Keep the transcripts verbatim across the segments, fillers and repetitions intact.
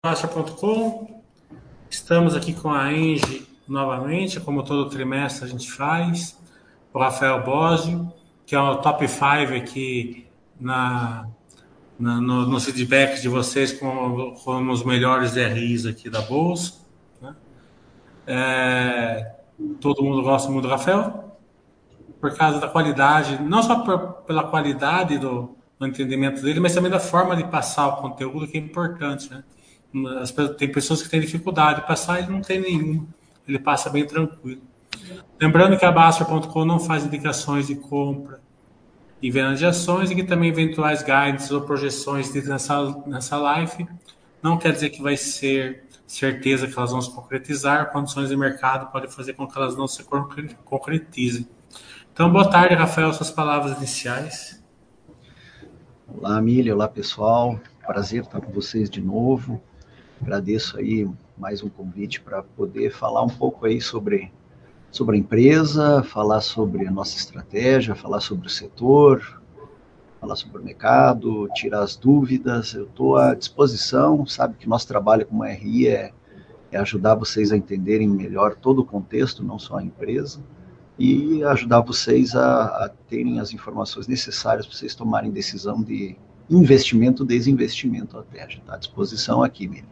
Baixa ponto com. Estamos aqui com a Engie novamente, como todo trimestre a gente faz. O Rafael Bosio, que é o top cinco aqui na, na, no, no feedback de vocês como, como os melhores R Is aqui da Bolsa. Né? É, todo mundo gosta muito do Rafael, por causa da qualidade, não só por, pela qualidade do, do entendimento dele, mas também da forma de passar o conteúdo, que é importante, né? As, tem pessoas que têm dificuldade de passar e não tem nenhuma. Ele passa bem tranquilo. Lembrando que a Baster ponto com não faz indicações de compra e venda de ações e que também eventuais guides ou projeções de nessa, nessa live não quer dizer que vai ser certeza que elas vão se concretizar. Condições de mercado podem fazer com que elas não se concretizem. Então, boa tarde, Rafael, suas palavras iniciais. Olá, Milha, olá, pessoal. Prazer estar com vocês de novo. Agradeço aí mais um convite para poder falar um pouco aí sobre, sobre a empresa, falar sobre a nossa estratégia, falar sobre o setor, falar sobre o mercado, tirar as dúvidas. Eu estou à disposição, sabe que nosso trabalho como R I é, é ajudar vocês a entenderem melhor todo o contexto, não só a empresa, e ajudar vocês a, a terem as informações necessárias para vocês tomarem decisão de investimento, desinvestimento até. A gente está à disposição aqui, Miriam.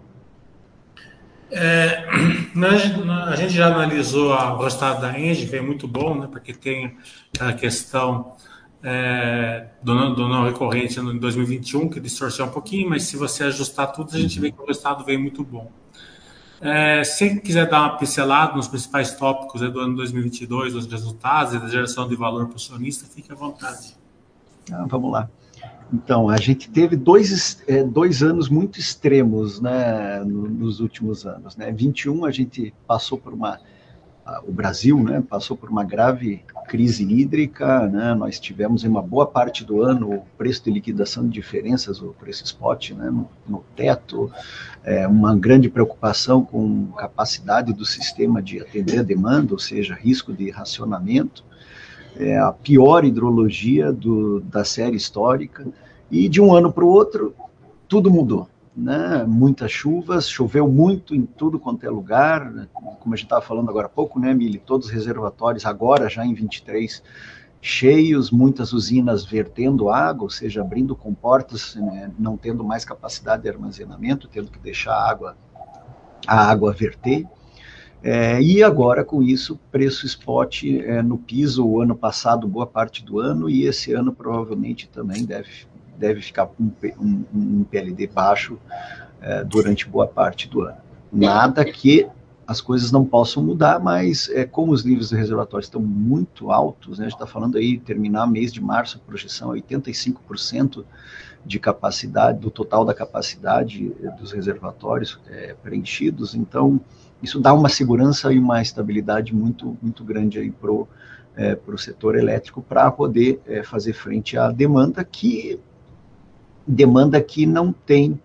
É, a gente já analisou a, o resultado da Engie, que é muito bom, né, porque tem a questão é, do, do não recorrente em dois mil e vinte e um, que distorceu um pouquinho, mas se você ajustar tudo, a gente vê que o resultado veio muito bom. É, se quiser dar uma pincelada nos principais tópicos do ano dois mil e vinte e dois, dos resultados e da geração de valor para o acionista, fique à vontade. Ah, vamos lá. Então, a gente teve dois, é, dois anos muito extremos, né, nos últimos anos. Né? vinte e um, a gente passou por uma... O Brasil, né, passou por uma grave crise hídrica, né, nós tivemos em uma boa parte do ano o preço de liquidação de diferenças, o preço spot, né, no, no teto, é, uma grande preocupação com a capacidade do sistema de atender a demanda, ou seja, risco de racionamento, é, a pior hidrologia do, da série histórica, e de um ano para o outro, tudo mudou. Né? Muitas chuvas, choveu muito em tudo quanto é lugar, né? Como a gente estava falando agora há pouco, né, Mili? Todos os reservatórios agora, já em vinte e três, cheios, muitas usinas vertendo água, ou seja, abrindo comportas, né? Não tendo mais capacidade de armazenamento, tendo que deixar a água, a água verter. É, e agora, com isso, preço spot é, no piso o ano passado, boa parte do ano, e esse ano provavelmente também deve, deve ficar um, um, um P L D baixo é, durante boa parte do ano. Nada que as coisas não possam mudar, mas é, como os níveis do reservatório estão muito altos, né, a gente está falando aí, terminar mês de março, a projeção é oitenta e cinco por cento de capacidade, do total da capacidade dos reservatórios é, preenchidos, então isso dá uma segurança e uma estabilidade muito, muito grande aí para o é, pro setor elétrico para poder é, fazer frente à demanda que, demanda que não tem,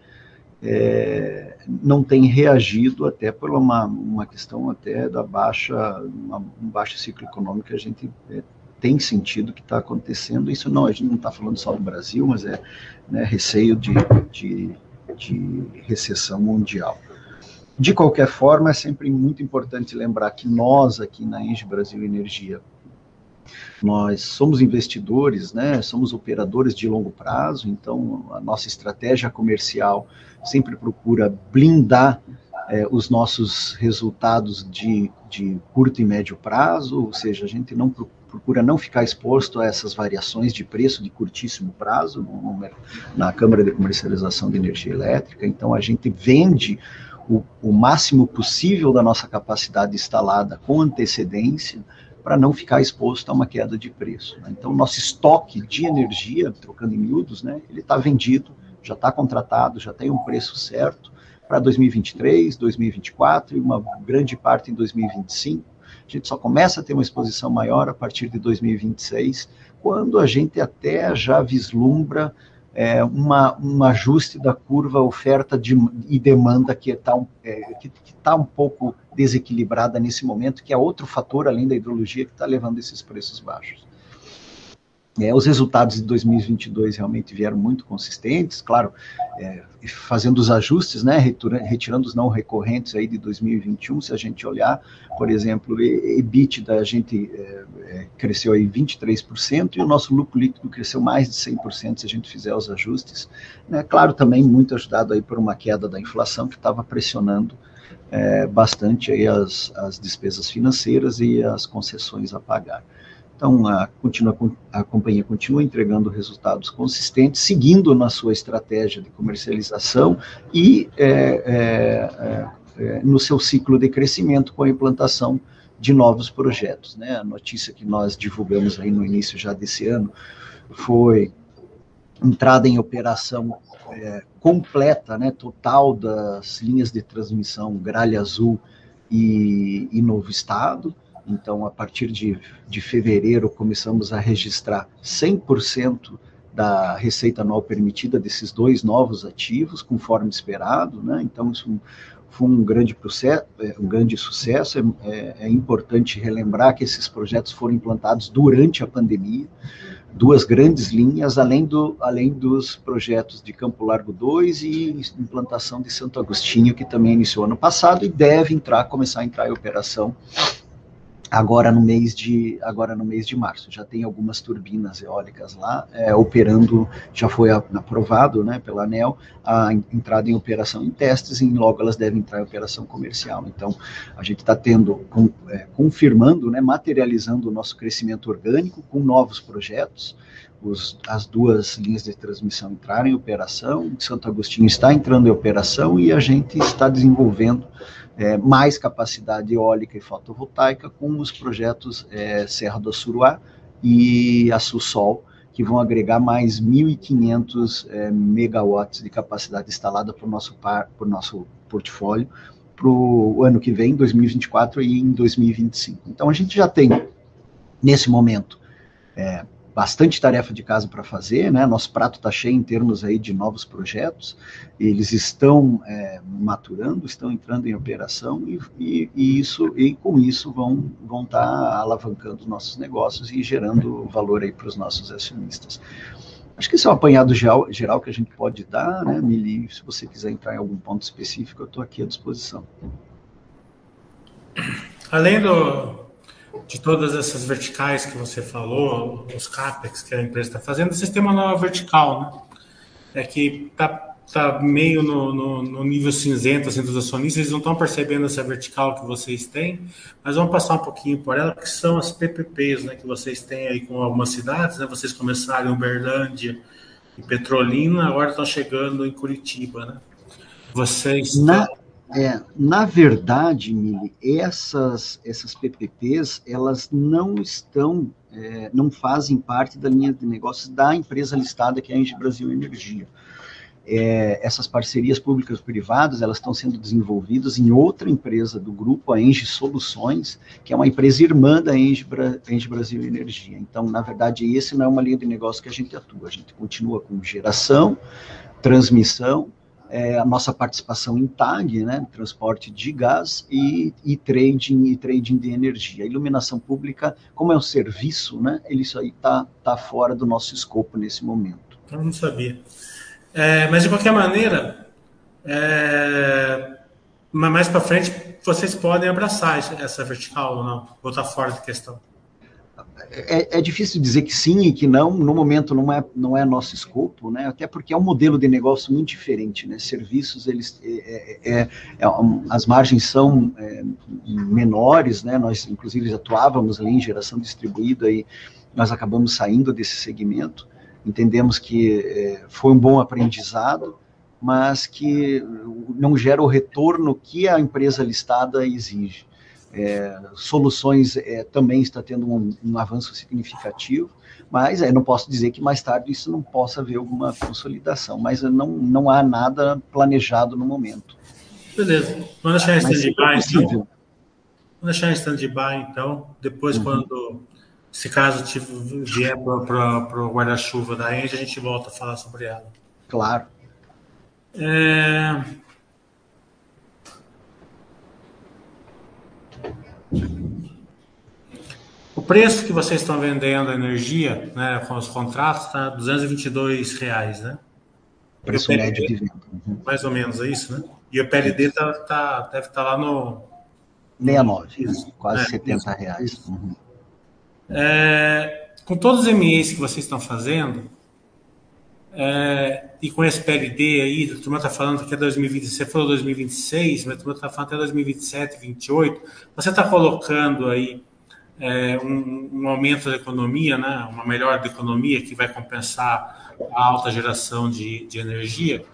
é, não tem reagido até por uma, uma questão até da baixa, uma, um baixo ciclo econômico que a gente é, tem sentido que está acontecendo. Isso não, a gente não está falando só do Brasil, mas é, né, receio de, de, de recessão mundial. De qualquer forma, é sempre muito importante lembrar que nós aqui na Engie Brasil Energia, nós somos investidores, né? Somos operadores de longo prazo, então a nossa estratégia comercial sempre procura blindar é, os nossos resultados de, de curto e médio prazo, ou seja, a gente não procura não ficar exposto a essas variações de preço de curtíssimo prazo no, na Câmara de Comercialização de Energia Elétrica, então a gente vende O, o máximo possível da nossa capacidade instalada com antecedência para não ficar exposto a uma queda de preço. Né? Então, nosso estoque de energia, trocando em miúdos, né, ele está vendido, já está contratado, já tem um preço certo para dois mil e vinte e três, dois mil e vinte e quatro e uma grande parte em dois mil e vinte e cinco. A gente só começa a ter uma exposição maior a partir de dois mil e vinte e seis, quando a gente até já vislumbra É uma, um ajuste da curva oferta de, e demanda que está é, que, que tá um pouco desequilibrada nesse momento, que é outro fator, além da hidrologia, que está levando esses preços baixos. É, os resultados de dois mil e vinte e dois realmente vieram muito consistentes, claro, é, fazendo os ajustes, né, retirando os não recorrentes aí de dois mil e vinte e um, se a gente olhar, por exemplo, EBITDA, a gente é, é, cresceu aí vinte e três por cento e o nosso lucro líquido cresceu mais de cem por cento se a gente fizer os ajustes, né, claro, também muito ajudado aí por uma queda da inflação que estava pressionando é, bastante aí as, as despesas financeiras e as concessões a pagar. Então, a, continua, a companhia continua entregando resultados consistentes, seguindo na sua estratégia de comercialização e é, é, é, no seu ciclo de crescimento com a implantação de novos projetos, né? A notícia que nós divulgamos aí no início já desse ano foi entrada em operação é, completa, né, total das linhas de transmissão Gralha Azul e, e Novo Estado. Então, a partir de, de fevereiro, começamos a registrar cem por cento da receita anual permitida desses dois novos ativos, conforme esperado, né? Então, isso foi um grande, processo, um grande sucesso. É, é, é importante relembrar que esses projetos foram implantados durante a pandemia, duas grandes linhas, além, do, além dos projetos de Campo Largo dois e implantação de Santo Agostinho, que também iniciou ano passado e deve entrar, começar a entrar em operação agora no mês de, agora no mês de março. Já tem algumas turbinas eólicas lá, é, operando, já foi aprovado, né, pela ANEEL, a entrada em operação em testes e logo elas devem entrar em operação comercial. Então, a gente está tendo, com, é, confirmando, né, materializando o nosso crescimento orgânico com novos projetos. Os, as duas linhas de transmissão entraram em operação, Santo Agostinho está entrando em operação e a gente está desenvolvendo É, mais capacidade eólica e fotovoltaica com os projetos é, Serra do Assuruá e Açu Sol, que vão agregar mais mil e quinhentos é, megawatts de capacidade instalada para o nosso, nosso portfólio para o ano que vem, dois mil e vinte e quatro e em dois mil e vinte e cinco. Então, a gente já tem, nesse momento, é, bastante tarefa de casa para fazer, né? Nosso prato está cheio em termos aí de novos projetos, eles estão é, maturando, estão entrando em operação e, e, e, isso, e com isso vão vão estar tá alavancando nossos negócios e gerando valor aí para os nossos acionistas. Acho que esse é um apanhado geral, geral que a gente pode dar, né, Mili? Se você quiser entrar em algum ponto específico, eu estou aqui à disposição. Além do, de todas essas verticais que você falou, os CAPEX que a empresa está fazendo, vocês têm uma nova vertical, né? É que está tá meio no, no, no nível cinzento assim, dos acionistas, eles não estão percebendo essa vertical que vocês têm, mas vamos passar um pouquinho por ela, que são as P P Ps, né, que vocês têm aí com algumas cidades, né? Vocês começaram em Uberlândia e Petrolina, agora estão chegando em Curitiba, né? Vocês Na, estão... é, na verdade, Mili, essas, essas P P Ps, elas não estão, é, não fazem parte da linha de negócios da empresa listada, que é a Engie Brasil Energia. É, essas parcerias públicas-privadas, elas estão sendo desenvolvidas em outra empresa do grupo, a Engie Soluções, que é uma empresa irmã da Engie, Bra Engie Brasil Energia. Então, na verdade, esse não é uma linha de negócio que a gente atua. A gente continua com geração, transmissão, é, a nossa participação em T A G, né, transporte de gás e, e, trading, e trading de energia. A iluminação pública, como é um serviço, né, ele, isso aí está tá fora do nosso escopo nesse momento. Eu não sabia. É, mas, de qualquer maneira, é, mais para frente, vocês podem abraçar essa vertical ou não? Ou está fora de questão? É, é difícil dizer que sim e que não, no momento não é, não é nosso escopo, né? Até porque é um modelo de negócio muito diferente, né? Serviços, eles, é, é, é, as margens são é, menores, né? Nós, inclusive, atuávamos ali em geração distribuída e nós acabamos saindo desse segmento, entendemos que é, foi um bom aprendizado, mas que não gera o retorno que a empresa listada exige. É, soluções é, também está tendo um, um avanço significativo, mas é, não posso dizer que mais tarde isso não possa haver alguma consolidação, mas não, não há nada planejado no momento. Beleza. Vamos deixar em stand-by, então. Possível. Vamos deixar em stand-by, então. Depois, uhum. quando, se caso vier para o guarda-chuva da Engie, a gente volta a falar sobre ela. Claro. É... O preço que vocês estão vendendo a energia, né, com os contratos, está duzentos e vinte e dois reais, né? Preço médio de venda. Uhum. Mais ou menos, é isso, né? E o P L D tá, tá, deve estar tá lá no... sessenta e nove, no, quase né, setenta reais. Uhum. É, com todos os M As que vocês estão fazendo, é, e com esse P L D aí, a turma está falando que é dois mil e vinte, você falou dois mil e vinte e seis, mas a turma está falando até dois mil e vinte e sete, dois mil e vinte e oito, você está colocando aí é, um, um aumento da economia, né, uma melhora da economia que vai compensar a alta geração de, de energia,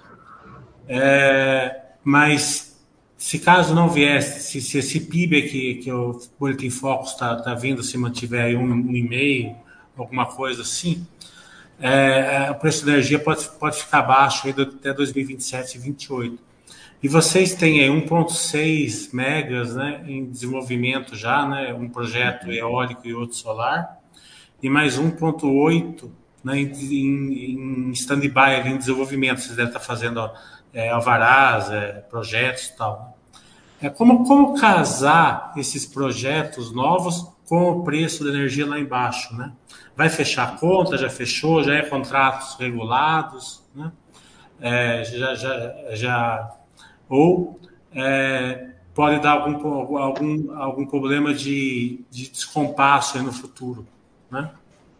é, mas se caso não viesse, se, se esse P I B que, que o Boletim Focus está tá vindo, se mantiver aí um, um e meio, alguma coisa assim, é, o preço da energia pode, pode ficar baixo aí do, até dois mil e vinte e sete e vinte e oito. E vocês têm aí um vírgula seis megas, né, em desenvolvimento já, né, um projeto eólico e outro solar, e mais um vírgula oito, né, em, em, em stand-by, em desenvolvimento. Vocês devem estar fazendo é, alvarás, é, projetos e tal. É, como, como casar esses projetos novos com o preço da energia lá embaixo, né? Vai fechar a conta, já fechou, já é contratos regulados, né? É, já, já, já, ou é, pode dar algum, algum, algum problema de, de descompasso aí no futuro, né?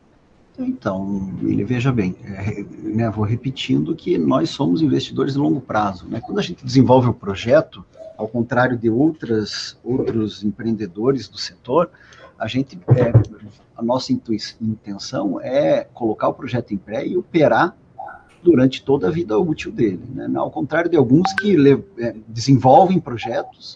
Então, ele veja bem, é, né, vou repetindo que nós somos investidores de longo prazo, né? Quando a gente desenvolve o projeto, ao contrário de outras, outros empreendedores do setor, a gente, é, a nossa intenção é colocar o projeto em pré e operar durante toda a vida útil dele, né? Ao contrário de alguns que é, desenvolvem projetos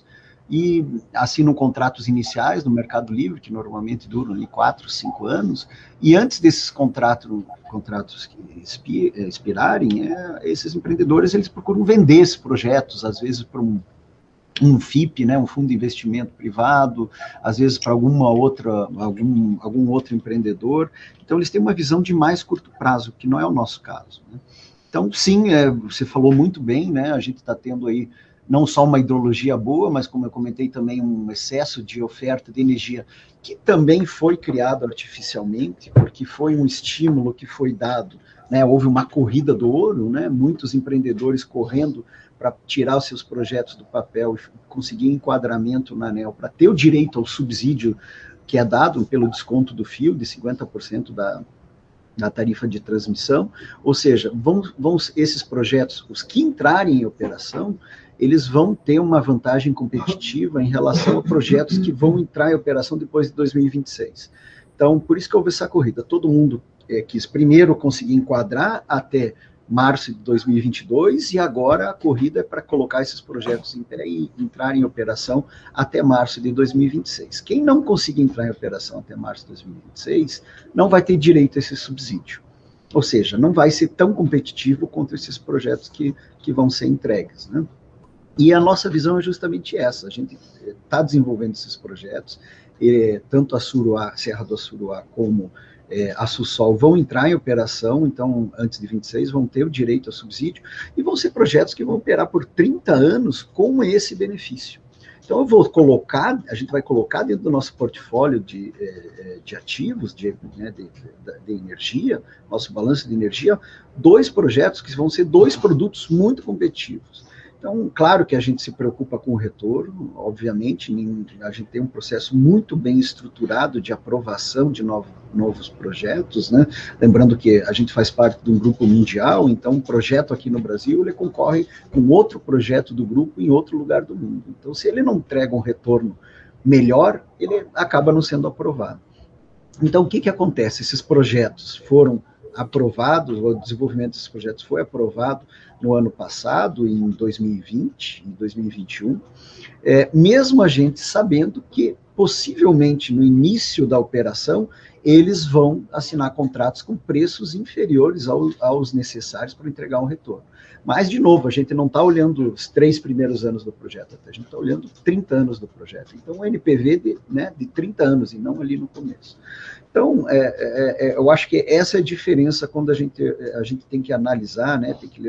e assinam contratos iniciais no Mercado Livre, que normalmente duram ali quatro, cinco anos, e antes desses contratos, contratos que expirarem, é, esses empreendedores eles procuram vender esses projetos, às vezes para um, um F I P, né, um fundo de investimento privado, às vezes para alguma outra, algum, algum outro empreendedor. Então eles têm uma visão de mais curto prazo, que não é o nosso caso, né? Então, sim, é, você falou muito bem, né? A gente está tendo aí não só uma hidrologia boa, mas, como eu comentei, também um excesso de oferta de energia, que também foi criado artificialmente, porque foi um estímulo que foi dado, né? Houve uma corrida do ouro, né? Muitos empreendedores correndo para tirar os seus projetos do papel e conseguir enquadramento na ANEEL, para ter o direito ao subsídio que é dado pelo desconto do fio, de cinquenta por cento da... na tarifa de transmissão, ou seja, vão, vão esses projetos, os que entrarem em operação, eles vão ter uma vantagem competitiva em relação a projetos que vão entrar em operação depois de dois mil e vinte e seis. Então, por isso que houve essa corrida. Todo mundo é, quis primeiro conseguir enquadrar até março de dois mil e vinte e dois, e agora a corrida é para colocar esses projetos em pé e entrar em operação até março de dois mil e vinte e seis. Quem não conseguir entrar em operação até março de dois mil e vinte e seis não vai ter direito a esse subsídio. Ou seja, não vai ser tão competitivo contra esses projetos que, que vão ser entregues, né? E a nossa visão é justamente essa. A gente está desenvolvendo esses projetos, e, tanto a Suruá, Serra do Assuruá, como É, a Sussol vão entrar em operação, então, antes de vinte e seis, vão ter o direito a subsídio, e vão ser projetos que vão operar por trinta anos com esse benefício. Então, eu vou colocar, a gente vai colocar dentro do nosso portfólio de, de ativos, de, né, de, de energia, nosso balanço de energia, dois projetos que vão ser dois produtos muito competitivos. Então, claro que a gente se preocupa com o retorno, obviamente, a gente tem um processo muito bem estruturado de aprovação de novo, novos projetos, né? Lembrando que a gente faz parte de um grupo mundial, então um projeto aqui no Brasil, ele concorre com outro projeto do grupo em outro lugar do mundo. Então, se ele não entrega um retorno melhor, ele acaba não sendo aprovado. Então, o que que acontece? Esses projetos foram aprovados, o desenvolvimento desses projetos foi aprovado no ano passado, em dois mil e vinte, em dois mil e vinte e um, é, mesmo a gente sabendo que, possivelmente, no início da operação, eles vão assinar contratos com preços inferiores ao, aos necessários para entregar um retorno. Mas, de novo, a gente não está olhando os três primeiros anos do projeto, a gente está olhando trinta anos do projeto. Então, um N P V de, né, de trinta anos, e não ali no começo. Então, é, é, é, eu acho que essa é a diferença quando a gente, a gente tem que analisar, né, tem que levantar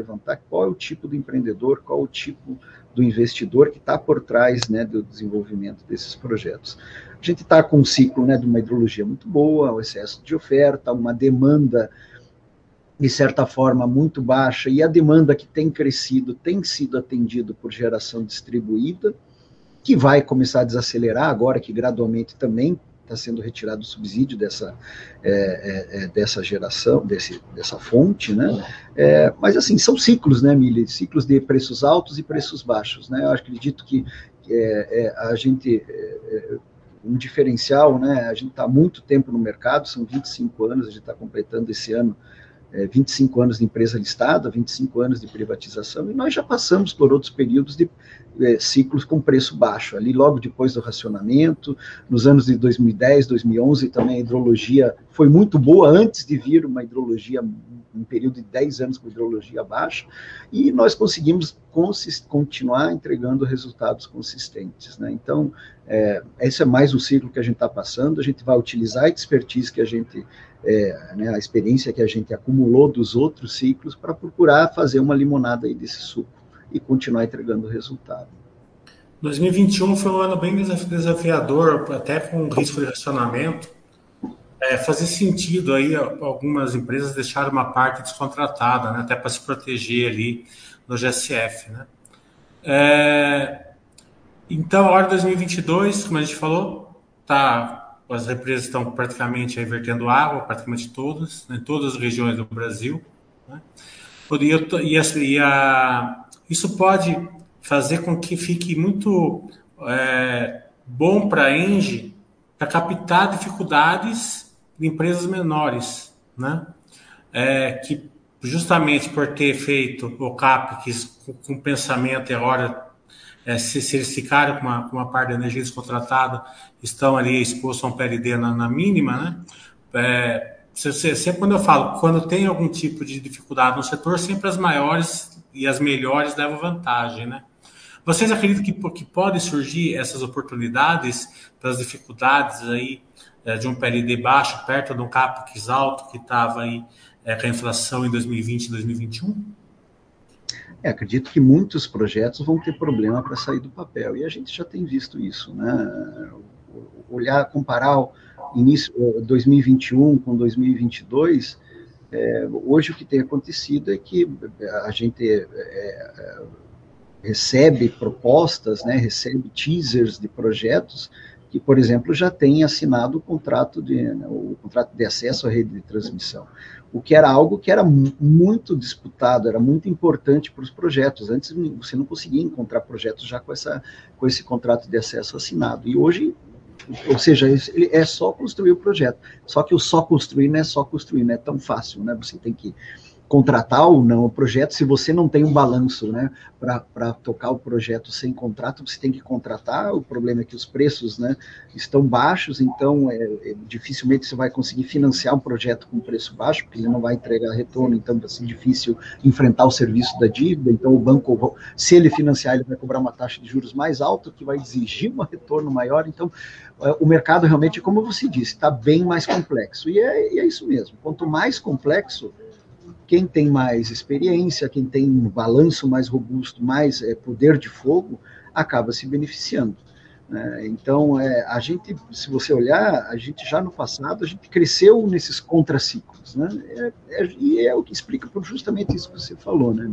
qual é o tipo do empreendedor, qual é o tipo do investidor que está por trás, né, do desenvolvimento desses projetos. A gente está com um ciclo, né, de uma hidrologia muito boa, o excesso de oferta, uma demanda, de certa forma, muito baixa, e a demanda que tem crescido tem sido atendido por geração distribuída, que vai começar a desacelerar agora, que gradualmente também está sendo retirado o subsídio dessa, é, é, dessa geração, desse, dessa fonte, né? É, mas, assim, são ciclos, né, Mili? Ciclos de preços altos e preços baixos, né? Eu acredito que é, é, a gente... É, um diferencial, né? A gente está há muito tempo no mercado, são vinte e cinco anos, a gente está completando esse ano É, vinte e cinco anos de empresa listada, vinte e cinco anos de privatização, e nós já passamos por outros períodos de é, ciclos com preço baixo, ali logo depois do racionamento, nos anos de dois mil e dez, dois mil e onze, também a hidrologia foi muito boa, antes de vir uma hidrologia, um período de dez anos com hidrologia baixa, e nós conseguimos consist, continuar entregando resultados consistentes, né? Então, é, esse é mais um ciclo que a gente está passando, a gente vai utilizar a expertise que a gente É, né, a experiência que a gente acumulou dos outros ciclos para procurar fazer uma limonada aí desse suco e continuar entregando resultado. dois mil e vinte e um foi um ano bem desafiador, até com risco de racionamento. É, fazia sentido aí algumas empresas deixarem uma parte descontratada, né, até para se proteger ali no G S F, né? É, então, a hora de dois mil e vinte e dois, como a gente falou, tá... As represas estão praticamente aí vertendo água, praticamente todas, né, em todas as regiões do Brasil, né? E, a, e a, isso pode fazer com que fique muito é, bom para a Engie para captar dificuldades de empresas menores, né? É, que justamente por ter feito o CAPEX com, com pensamento e agora É, se, se eles ficarem com uma, com uma parte da energia descontratada, estão ali expostos a um P L D na, na mínima, né? É, se, se, sempre quando eu falo, quando tem algum tipo de dificuldade no setor, sempre as maiores e as melhores levam vantagem, né? Vocês acreditam que, que podem surgir essas oportunidades para as dificuldades aí é, de um P L D baixo, perto de um CAPEX alto que estava aí é, com a inflação em dois mil e vinte e dois mil e vinte e um? É, acredito que muitos projetos vão ter problema para sair do papel, e a gente já tem visto isso, né? Olhar, comparar o início dois mil e vinte e um com dois mil e vinte e dois, é, hoje o que tem acontecido é que a gente é, é, recebe propostas, né, recebe teasers de projetos que, por exemplo, já têm assinado o contrato de, né, o contrato de acesso à rede de transmissão, o que era algo que era muito disputado, era muito importante para os projetos. Antes você não conseguia encontrar projetos já com, essa, com esse contrato de acesso assinado. E hoje, ou seja, ele é só construir o projeto. Só que o só construir não é só construir, não é tão fácil, né? Você tem que contratar ou não o projeto. Se você não tem um balanço, né, para tocar o projeto sem contrato, você tem que contratar. O problema é que os preços, né, estão baixos, então é, é, dificilmente você vai conseguir financiar um projeto com preço baixo, porque ele não vai entregar retorno, então vai ser difícil enfrentar o serviço da dívida. Então o banco, se ele financiar, ele vai cobrar uma taxa de juros mais alta, que vai exigir um retorno maior. Então o mercado realmente, como você disse, está bem mais complexo, e é, e é isso mesmo. Quanto mais complexo, quem tem mais experiência, quem tem um balanço mais robusto, mais é, poder de fogo, acaba se beneficiando. Né? Então, é, a gente, se você olhar, a gente já no passado, a gente cresceu nesses contraciclos, né? É, é, e é o que explica por justamente isso que você falou, né?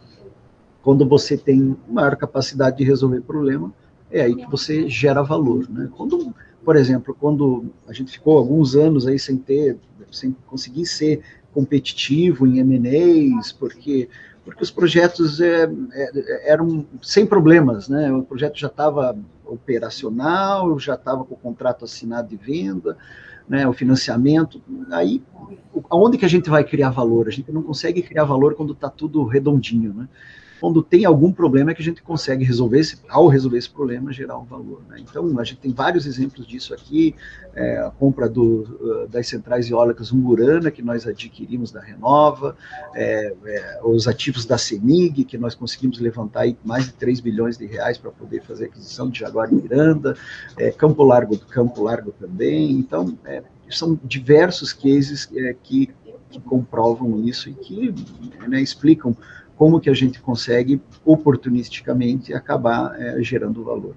Quando você tem maior capacidade de resolver problema, é aí que você gera valor, né? Quando, por exemplo, quando a gente ficou alguns anos aí sem ter, sem conseguir ser competitivo em M and As, porque, porque os projetos é, é, eram sem problemas, né? O projeto já estava operacional, já estava com o contrato assinado de venda, né? O financiamento. Aí, aonde que a gente vai criar valor? A gente não consegue criar valor quando está tudo redondinho, né? Quando tem algum problema é que a gente consegue resolver, esse, ao resolver esse problema, gerar um valor, né? Então, a gente tem vários exemplos disso aqui, é, a compra do, das centrais eólicas Umburana, que nós adquirimos da Renova, é, é, os ativos da CEMIG, que nós conseguimos levantar aí mais de três bilhões de reais para poder fazer a aquisição de Jaguara e Miranda, é, Campo Largo do Campo Largo também. Então, é, são diversos cases é, que, que comprovam isso e que, né, explicam como que a gente consegue, oportunisticamente, acabar é, gerando valor.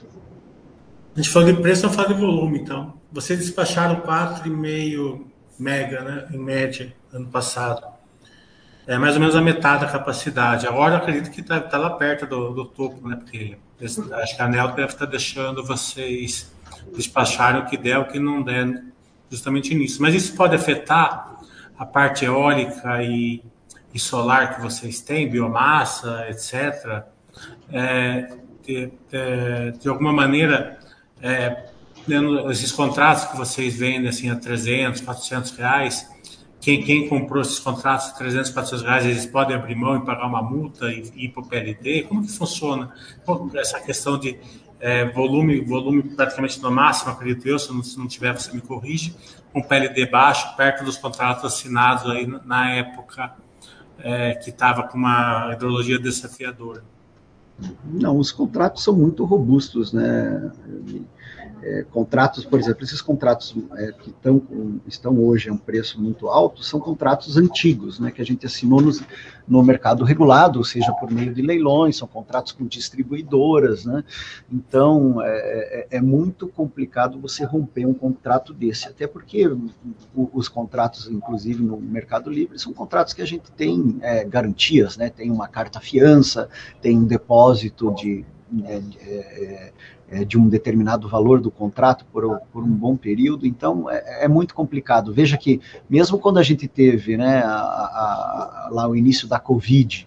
A gente falou de preço, não fala de volume, então. Vocês despacharam quatro vírgula cinco mega, né, em média, ano passado. É mais ou menos a metade da capacidade. Agora eu acredito que está tá lá perto do, do topo, né? Porque acho que a Anel deve estar deixando vocês despacharem o que der, o que não der, justamente nisso. Mas isso pode afetar a parte eólica e, e solar que vocês têm, biomassa, etcétera. É, de, de, de alguma maneira, é, esses contratos que vocês vendem assim, a trezentos, quatrocentos reais, quem, quem comprou esses contratos de trezentos, quatrocentos reais, eles podem abrir mão e pagar uma multa e, e ir para o P L D? Como que funciona? Essa questão de é, volume, volume praticamente no máximo, acredito eu, se não, se não tiver, você me corrige, com P L D baixo, perto dos contratos assinados aí na época é, que estava com uma hidrologia desafiadora. Não, os contratos são muito robustos, né? É, contratos, por exemplo, esses contratos é, que tão, estão hoje a um preço muito alto, são contratos antigos, né, que a gente assinou no, no mercado regulado, ou seja, por meio de leilões, são contratos com distribuidoras, né? Então é, é, é muito complicado você romper um contrato desse, até porque o, os contratos, inclusive no Mercado Livre, são contratos que a gente tem é, garantias, né? Tem uma carta-fiança, tem um depósito de É, é, é, de um determinado valor do contrato por, por um bom período, então é, é muito complicado. Veja que mesmo quando a gente teve, né, a, a, lá o início da Covid,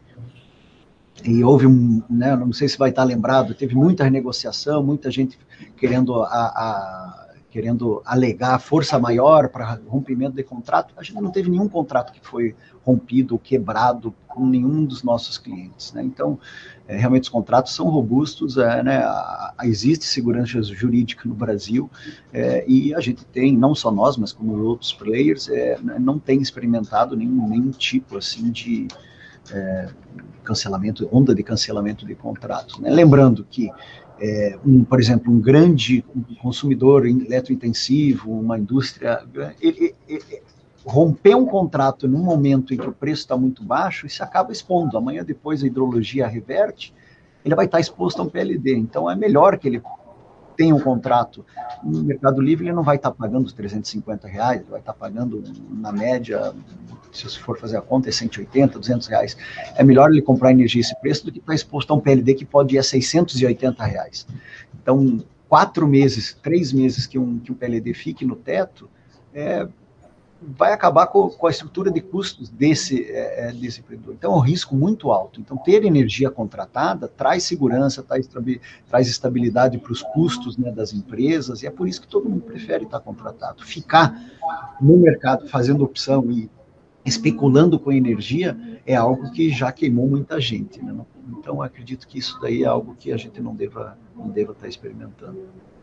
e houve um, né, não sei se vai estar lembrado, teve muita renegociação, muita gente querendo a, a querendo alegar força maior para rompimento de contrato, a gente não teve nenhum contrato que foi rompido, quebrado com nenhum dos nossos clientes, né? Então, é, realmente os contratos são robustos, é, né? a, a, existe segurança jurídica no Brasil, é, e a gente tem, não só nós, mas como outros players, é, não tem experimentado nenhum, nenhum tipo assim de é, cancelamento, onda de cancelamento de contratos, né? Lembrando que É, um, por exemplo, um grande consumidor eletrointensivo, uma indústria, ele, ele, romper um contrato num momento em que o preço está muito baixo, isso acaba expondo. Amanhã, depois, a hidrologia reverte, ele vai estar exposto a um P L D. Então, é melhor que ele tenha um contrato no Mercado Livre, ele não vai estar pagando os trezentos e cinquenta reais, ele vai estar pagando, na média, se você for fazer a conta, é cento e oitenta, duzentos reais. É melhor ele comprar energia esse preço do que estar exposto a um P L D que pode ir a seiscentos e oitenta reais. Então, quatro meses, três meses que um, que um P L D fique no teto, é, vai acabar com, com a estrutura de custos desse, é, desse empreendedor. Então, é um risco muito alto. Então, ter energia contratada traz segurança, traz, traz estabilidade para os custos, né, das empresas, e é por isso que todo mundo prefere estar contratado. Ficar no mercado fazendo opção e especulando com energia é algo que já queimou muita gente, né? Então, acredito que isso daí é algo que a gente não deva, não deva estar experimentando.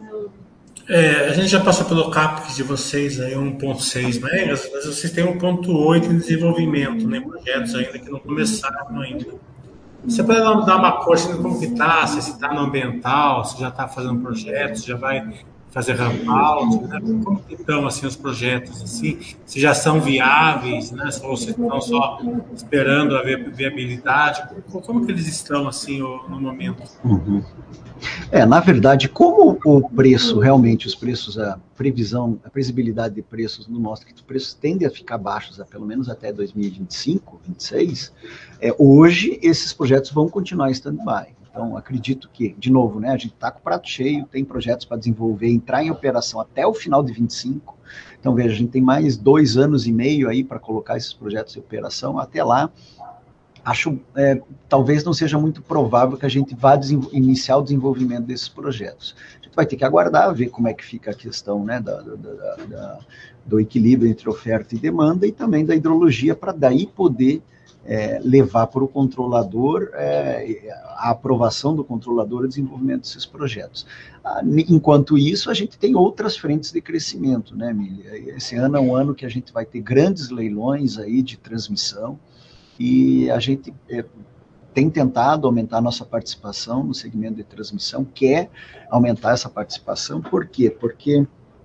É, a gente já passou pelo CAPEX de vocês, aí um ponto seis megas, mas vocês têm um ponto oito em desenvolvimento, né? Projetos ainda que não começaram ainda. Você pode dar uma cor assim, como que está, se está no ambiental, se já está fazendo projetos, já vai fazer ramp-out, né? Como que estão assim, os projetos, assim, se já são viáveis, né? Ou se estão só esperando a viabilidade, como que eles estão assim no momento? Uhum. É, na verdade, como o preço, realmente, os preços, a previsão, a previsibilidade de preços no mostra que os preços tendem a ficar baixos, a, pelo menos até dois mil e vinte e cinco, vinte e seis, é, hoje esses projetos vão continuar em stand-by. Então, acredito que, de novo, né, a gente está com o prato cheio, tem projetos para desenvolver, entrar em operação até o final de vinte e cinco. Então, veja, a gente tem mais dois anos e meio aí para colocar esses projetos em operação. Até lá, acho, é, talvez não seja muito provável que a gente vá iniciar o desenvolvimento desses projetos. A gente vai ter que aguardar, ver como é que fica a questão, né, da, da, da, da, do equilíbrio entre oferta e demanda e também da hidrologia, para daí poder é, levar para o controlador é, a aprovação do controlador o desenvolvimento desses projetos. Enquanto isso, a gente tem outras frentes de crescimento, né, Emília? Esse ano é um ano que a gente vai ter grandes leilões aí de transmissão, e a gente é, tem tentado aumentar a nossa participação no segmento de transmissão, quer aumentar essa participação, por quê? Porque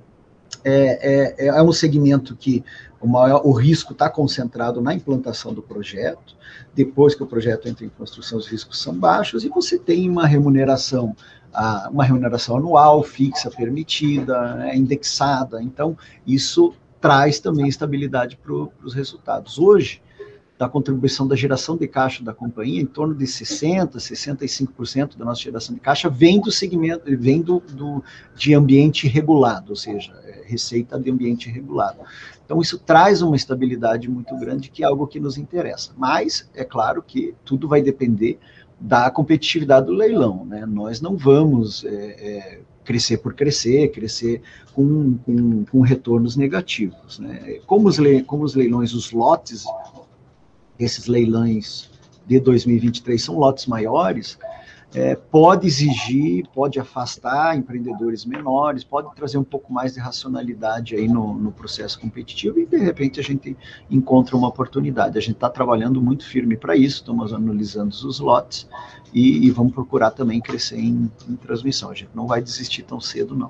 é, é, é um segmento que o, maior, o risco está concentrado na implantação do projeto. Depois que o projeto entra em construção, os riscos são baixos e você tem uma remuneração, uma remuneração anual, fixa, permitida, né, indexada. Então, isso traz também estabilidade para os resultados. Hoje, da contribuição da geração de caixa da companhia, em torno de sessenta por cento, sessenta e cinco por cento da nossa geração de caixa vem do segmento, vem do, do, de ambiente regulado, ou seja, receita de ambiente regulado. Então, isso traz uma estabilidade muito grande, que é algo que nos interessa. Mas, é claro que tudo vai depender da competitividade do leilão, né? Nós não vamos é, é, crescer por crescer, crescer com, com, com retornos negativos, né? Como os, le, como os leilões, os lotes, esses leilões de dois mil e vinte e três são lotes maiores, é, pode exigir, pode afastar empreendedores menores, pode trazer um pouco mais de racionalidade aí no, no processo competitivo e, de repente, a gente encontra uma oportunidade. A gente está trabalhando muito firme para isso, estamos analisando os lotes e, e vamos procurar também crescer em, em transmissão. A gente não vai desistir tão cedo, não.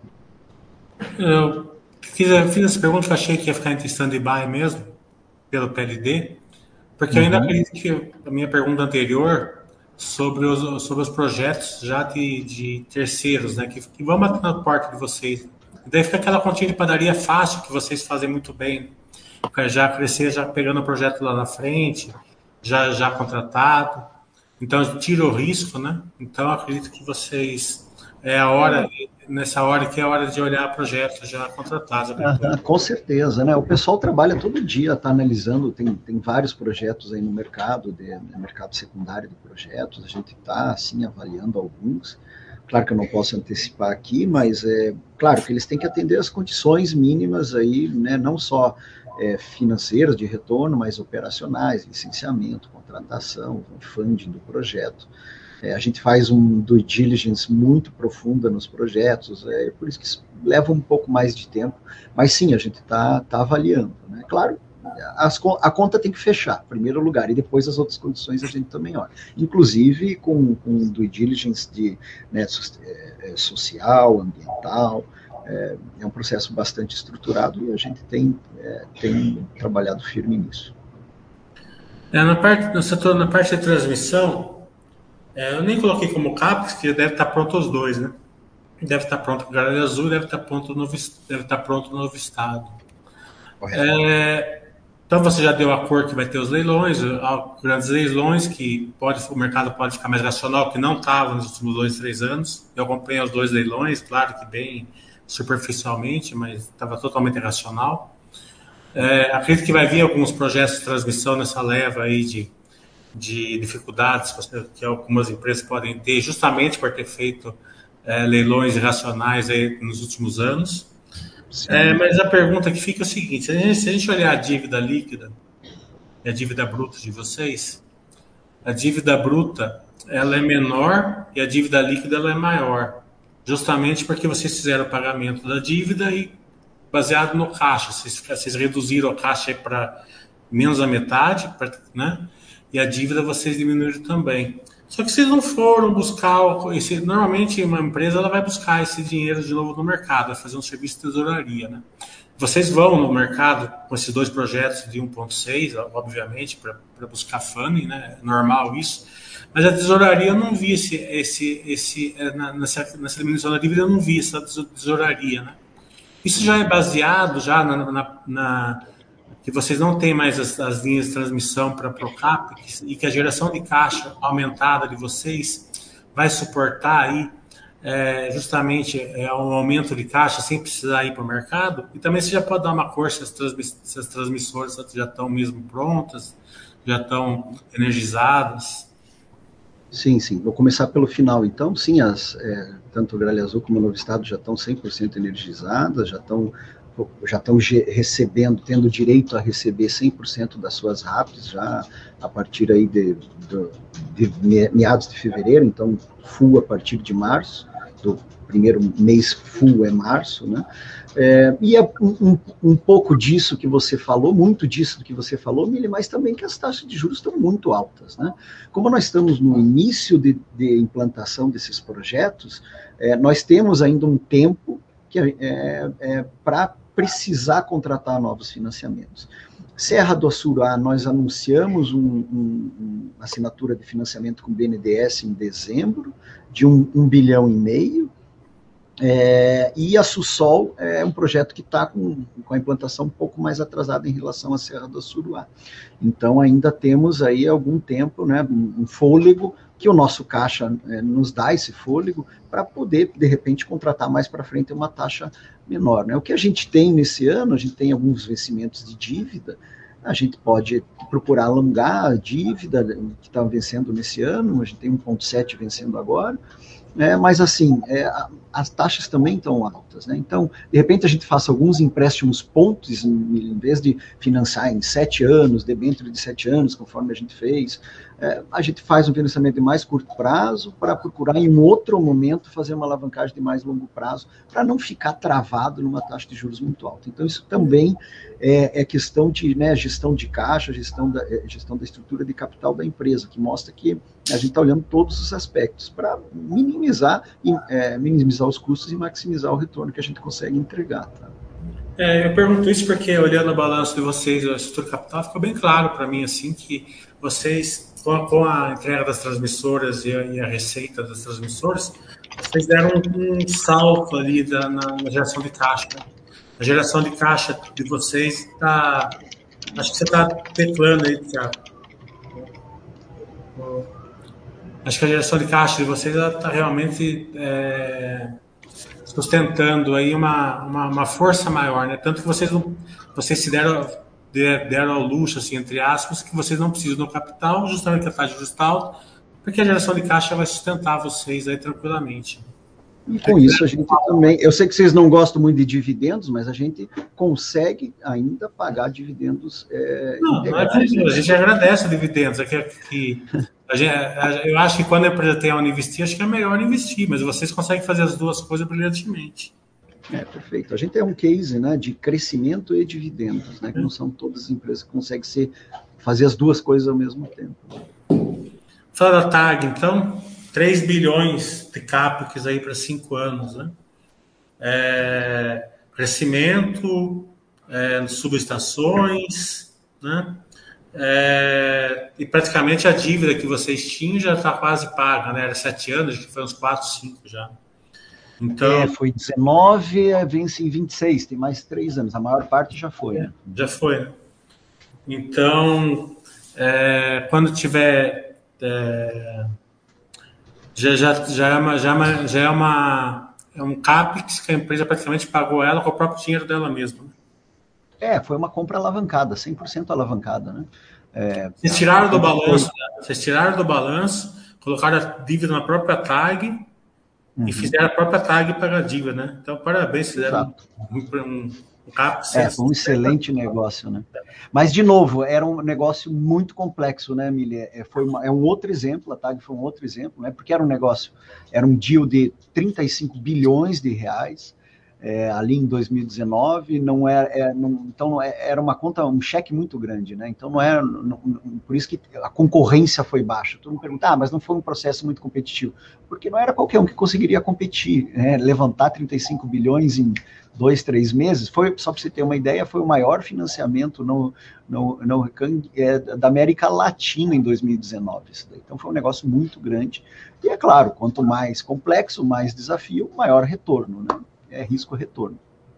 Eu fiz, fiz essa pergunta que eu achei que ia ficar em stand-by mesmo, pelo P L D, porque eu ainda acredito que a minha pergunta anterior sobre os, sobre os projetos já de, de terceiros, né, que, que vão bater na porta de vocês. E daí fica aquela continha de padaria fácil que vocês fazem muito bem, já crescer, já pegando o projeto lá na frente, já, já contratado. Então, tira o risco, né? Então, eu acredito que vocês, é a hora, nessa hora que é a hora de olhar projetos já contratados. Ah, com certeza, né? O pessoal trabalha todo dia, está analisando, tem, tem vários projetos aí no mercado, de, no mercado secundário de projetos, a gente está, assim, avaliando alguns. Claro que eu não posso antecipar aqui, mas é claro que eles têm que atender as condições mínimas aí, né? Não só é, financeiras de retorno, mas operacionais, licenciamento, contratação, funding do projeto. É, a gente faz um due diligence muito profunda nos projetos, é por isso que isso leva um pouco mais de tempo, mas sim, a gente está tá avaliando, né? Claro, as, a conta tem que fechar, em primeiro lugar, e depois as outras condições a gente também olha. Inclusive com, com due diligence de, né, social, ambiental, é, é um processo bastante estruturado e a gente tem, é, tem trabalhado firme nisso. É, na parte, no setor, na parte de transmissão, É, eu nem coloquei como CAPEX, que deve estar pronto os dois, né? Deve estar pronto o Galera Azul, deve estar pronto o novo, deve estar pronto o novo estado. É, então você já deu a cor que vai ter os leilões, grandes leilões, que pode, o mercado pode ficar mais racional, que não estava nos últimos dois, três anos. Eu acompanhei os dois leilões, claro que bem superficialmente, mas estava totalmente racional. É, acredito que vai vir alguns projetos de transmissão nessa leva aí de de dificuldades que algumas empresas podem ter, justamente por ter feito é, leilões irracionais aí nos últimos anos. É, mas a pergunta que fica é o seguinte, se a gente, se a gente olhar a dívida líquida e a dívida bruta de vocês, a dívida bruta ela é menor e a dívida líquida ela é maior, justamente porque vocês fizeram o pagamento da dívida e baseado no caixa, vocês, vocês reduziram o caixa para menos a metade, pra, né? E a dívida vocês diminuíram também. Só que vocês não foram buscar, esse, normalmente uma empresa ela vai buscar esse dinheiro de novo no mercado, vai fazer um serviço de tesouraria, né? Vocês vão no mercado com esses dois projetos de um ponto seis, obviamente, para buscar funding, né? É normal isso. Mas a tesouraria eu não vi esse, esse, esse nessa, nessa diminuição da dívida eu não vi essa tesouraria, né? Isso já é baseado já na, na, na que vocês não têm mais as, as linhas de transmissão para a Procap e que a geração de caixa aumentada de vocês vai suportar aí é, justamente é, um aumento de caixa sem precisar ir para o mercado. E também você já pode dar uma cor se as, transmiss se as transmissoras já estão mesmo prontas, já estão energizadas. Sim, sim. Vou começar pelo final. Então, sim, as, é, tanto o Gralha Azul como o Novo Estado já estão cem por cento energizadas, já estão já estão recebendo, tendo direito a receber cem por cento das suas RAPs já a partir aí de, de, de meados de fevereiro, então full a partir de março, do primeiro mês full é março, né? É, e é um, um pouco disso que você falou, muito disso que você falou, Mili, mas também que as taxas de juros estão muito altas, né? Como nós estamos no início de, de implantação desses projetos, é, nós temos ainda um tempo que é, é, para precisar contratar novos financiamentos. Serra do Assuruá, nós anunciamos um, um, uma assinatura de financiamento com o B N D E S em dezembro, de um, um bilhão e meio, é, e a Sussol é um projeto que está com, com a implantação um pouco mais atrasada em relação à Serra do Assuruá. Então, ainda temos aí algum tempo, né, um fôlego, que o nosso caixa é, nos dá esse fôlego para poder, de repente, contratar mais para frente uma taxa menor. Né? O que a gente tem nesse ano, a gente tem alguns vencimentos de dívida, a gente pode procurar alongar a dívida que está vencendo nesse ano, a gente tem um vírgula sete vencendo agora, é, mas assim, é, as taxas também estão altas, né? Então, de repente a gente faça alguns empréstimos pontos, em, em vez de financiar em sete anos, debênture de sete anos, conforme a gente fez, é, a gente faz um financiamento de mais curto prazo para procurar em um outro momento fazer uma alavancagem de mais longo prazo, para não ficar travado numa taxa de juros muito alta. Então, isso também é, é questão de, né, gestão de caixa, gestão da, é, gestão da estrutura de capital da empresa, que mostra que a gente está olhando todos os aspectos para minimizar, é, minimizar os custos e maximizar o retorno que a gente consegue entregar. Tá? É, eu pergunto isso porque, olhando o balanço de vocês, a estrutura capital, ficou bem claro para mim assim que vocês, com a, com a entrega das transmissoras e a, e a receita das transmissoras, vocês deram um, um salto ali da, na, na geração de caixa. A geração de caixa de vocês está... Acho que você está teclando aí, Thiago. Acho que a geração de caixa de vocês está realmente é, sustentando aí uma, uma, uma força maior, né? Tanto que vocês, não, vocês se deram, deram ao luxo, assim, entre aspas, que vocês não precisam do capital, justamente a taxa de juros alta, porque a geração de caixa vai sustentar vocês aí tranquilamente. E com isso a gente também, eu sei que vocês não gostam muito de dividendos, mas a gente consegue ainda pagar dividendos. É, não, não é que a gente agradece dividendos, é que, que a gente, eu acho que quando a empresa tem onde investir, acho que é melhor investir, mas vocês conseguem fazer as duas coisas brilhantemente. É, perfeito. A gente é um case, né, de crescimento e dividendos, né, que não são todas as empresas que conseguem ser, fazer as duas coisas ao mesmo tempo. Fala da T A G, então, três bilhões de CAPEX aí para cinco anos, né? É, crescimento, é, subestações, né? É, e praticamente a dívida que vocês tinham já está quase paga, né? Era sete anos, que foi uns quatro, cinco já. Então, é, foi dezenove, vence em vinte e seis, tem mais três anos, a maior parte já foi. Né? Já foi. Então, é, quando tiver... É, já, já, já, é uma, já, é uma, já é uma é um CAPEX que a empresa praticamente pagou ela com o próprio dinheiro dela mesma. É, foi uma compra alavancada, cem por cento alavancada, né? É, vocês tiraram do balanço, foi... vocês tiraram do balanço, colocaram a dívida na própria T A G uhum. e fizeram a própria T A G pagar a dívida, né? Então, parabéns, fizeram um, um, um CAPEX. É, foi um excelente negócio, né? Mas, de novo, era um negócio muito complexo, né, Emília? É, foi uma, é um outro exemplo, a T A G foi um outro exemplo, né? Porque era um negócio, era um deal de trinta e cinco bilhões de reais, é, ali em dois mil e dezenove, não era, é, não, então era uma conta, um cheque muito grande, né? Então não era, não, não, por isso que a concorrência foi baixa. Todo mundo pergunta, ah, mas não foi um processo muito competitivo? Porque não era qualquer um que conseguiria competir, né? Levantar trinta e cinco bilhões em dois, três meses, foi, só para você ter uma ideia, foi o maior financiamento no, no, no, é, da América Latina em dois mil e dezenove. Isso daí. Então foi um negócio muito grande. E é claro, quanto mais complexo, mais desafio, maior retorno, né? É risco-retorno.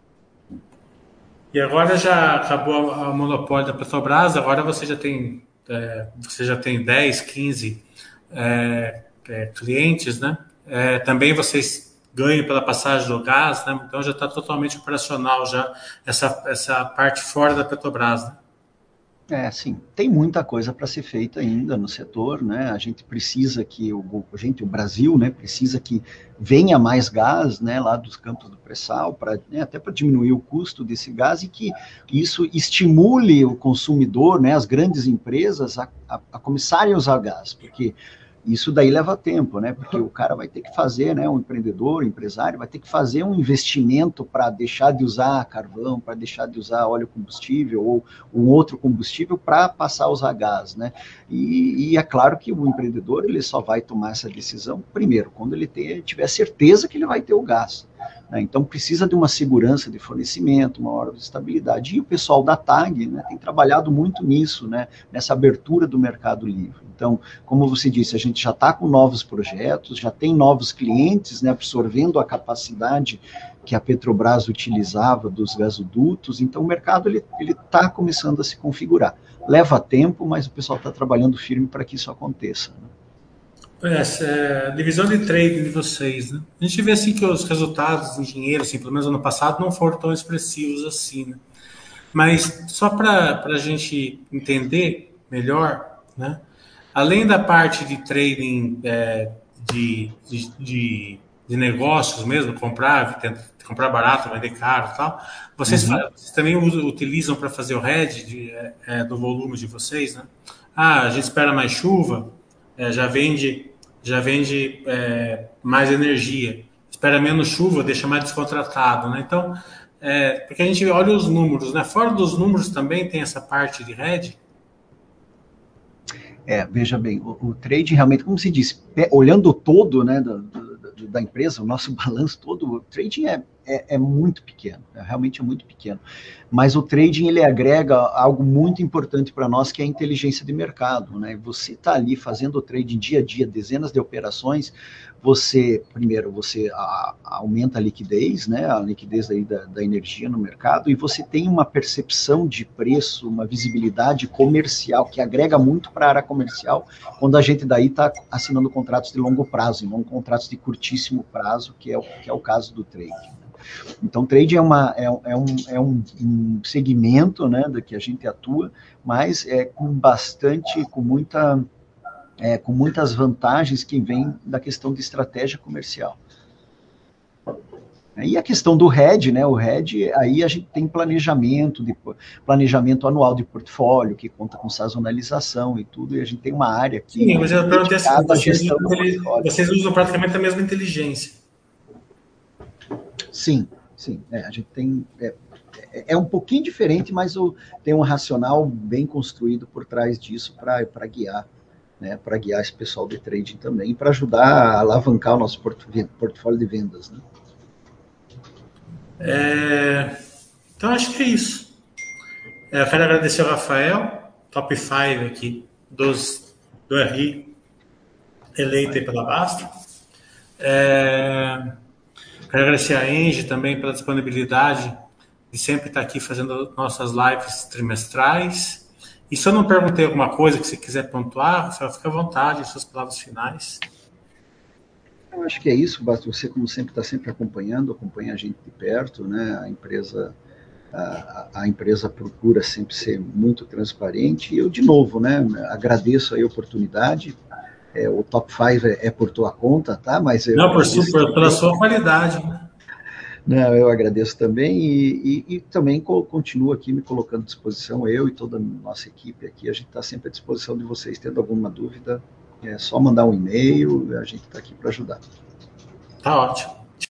E agora já acabou o monopólio da Petrobras, agora você já tem, é, você já tem dez, quinze é, é, clientes, né? É, também vocês ganham pela passagem do gás, né? Então já está totalmente operacional já essa, essa parte fora da Petrobras, né? É, sim, tem muita coisa para ser feita ainda no setor, né? A gente precisa que o, a gente, o Brasil, né, precisa que venha mais gás, né, lá dos campos do pré-sal, para, né, até para diminuir o custo desse gás e que isso estimule o consumidor, né, as grandes empresas a, a, a começarem a usar gás, porque isso daí leva tempo, né? Porque o cara vai ter que fazer, né? Um empreendedor, um empresário, vai ter que fazer um investimento para deixar de usar carvão, para deixar de usar óleo combustível ou um outro combustível para passar a usar gás, né? E, e é claro que o empreendedor ele só vai tomar essa decisão primeiro quando ele ter, tiver certeza que ele vai ter o gás. né? Então, precisa de uma segurança de fornecimento, uma hora de estabilidade. E o pessoal da T A G, né, tem trabalhado muito nisso, né, nessa abertura do mercado livre. Então, como você disse, a gente já está com novos projetos, já tem novos clientes, né, absorvendo a capacidade que a Petrobras utilizava dos gasodutos. Então, o mercado ele está começando a se configurar. Leva tempo, mas o pessoal está trabalhando firme para que isso aconteça, né? Essa é a divisão de trading de vocês, né? A gente vê assim que os resultados em dinheiro, assim, pelo menos ano passado, não foram tão expressivos assim, né? Mas só para a gente entender melhor, né? Além da parte de trading é, de, de, de, de negócios mesmo, comprar, tentar, comprar barato, vender caro e tal, vocês, Uhum. vocês também utilizam para fazer o hedge de, é, do volume de vocês, né? Ah, a gente espera mais chuva, é, já vende, já vende é, mais energia. Espera menos chuva, deixa mais descontratado, né? Então, é, porque a gente olha os números, né? Fora dos números também tem essa parte de hedge. É, veja bem, o, o trade realmente, como se diz, olhando o todo, né, da, da, da empresa, o nosso balanço todo, o trading é, é, é muito pequeno, é, realmente é muito pequeno. Mas o trading, ele agrega algo muito importante para nós, que é a inteligência de mercado, né? Você está ali fazendo o trading dia a dia, dezenas de operações, você, primeiro, você a, aumenta a liquidez, né, a liquidez aí da, da energia no mercado, e você tem uma percepção de preço, uma visibilidade comercial, que agrega muito para a área comercial, quando a gente daí está assinando contratos de longo prazo, e não contratos de curtíssimo prazo, que é o, que é o caso do trade. Então, trade é, uma, é, é, um, é um, um segmento, né, da que a gente atua, mas é com bastante, com muita... É, com muitas vantagens que vêm da questão de estratégia comercial. E a questão do hedge, né? O hedge, aí a gente tem planejamento, de, planejamento anual de portfólio, que conta com sazonalização e tudo, e a gente tem uma área aqui Sim, mas eu perguntei assim, dedicada à vocês, gestão do portfólio. vocês usam praticamente a mesma inteligência. Sim, sim. É, a gente tem... É, é um pouquinho diferente, mas o, tem um racional bem construído por trás disso para guiar, né, para guiar esse pessoal de trading também, para ajudar a alavancar o nosso portfólio de vendas, né? É, então, acho que é isso. É, eu quero agradecer ao Rafael, top cinco aqui dos, do R I, eleito pela Basta. É, quero agradecer a Engie também pela disponibilidade de sempre estar aqui fazendo nossas lives trimestrais. E se eu não perguntei alguma coisa que você quiser pontuar, Rafael, fica à vontade, suas palavras finais. Eu acho que é isso, Basta. Você, como sempre, está sempre acompanhando, acompanha a gente de perto, né? A empresa, a, a empresa procura sempre ser muito transparente. E eu, de novo, né? Agradeço a oportunidade. É, o top cinco é, é por tua conta, tá? Mas eu Não, por agradeço super, pela também. sua qualidade. Não, eu agradeço também e, e, e também co continuo aqui me colocando à disposição, eu e toda a nossa equipe aqui, a gente está sempre à disposição de vocês, tendo alguma dúvida, é só mandar um e-mail, a gente está aqui para ajudar. Tá ótimo.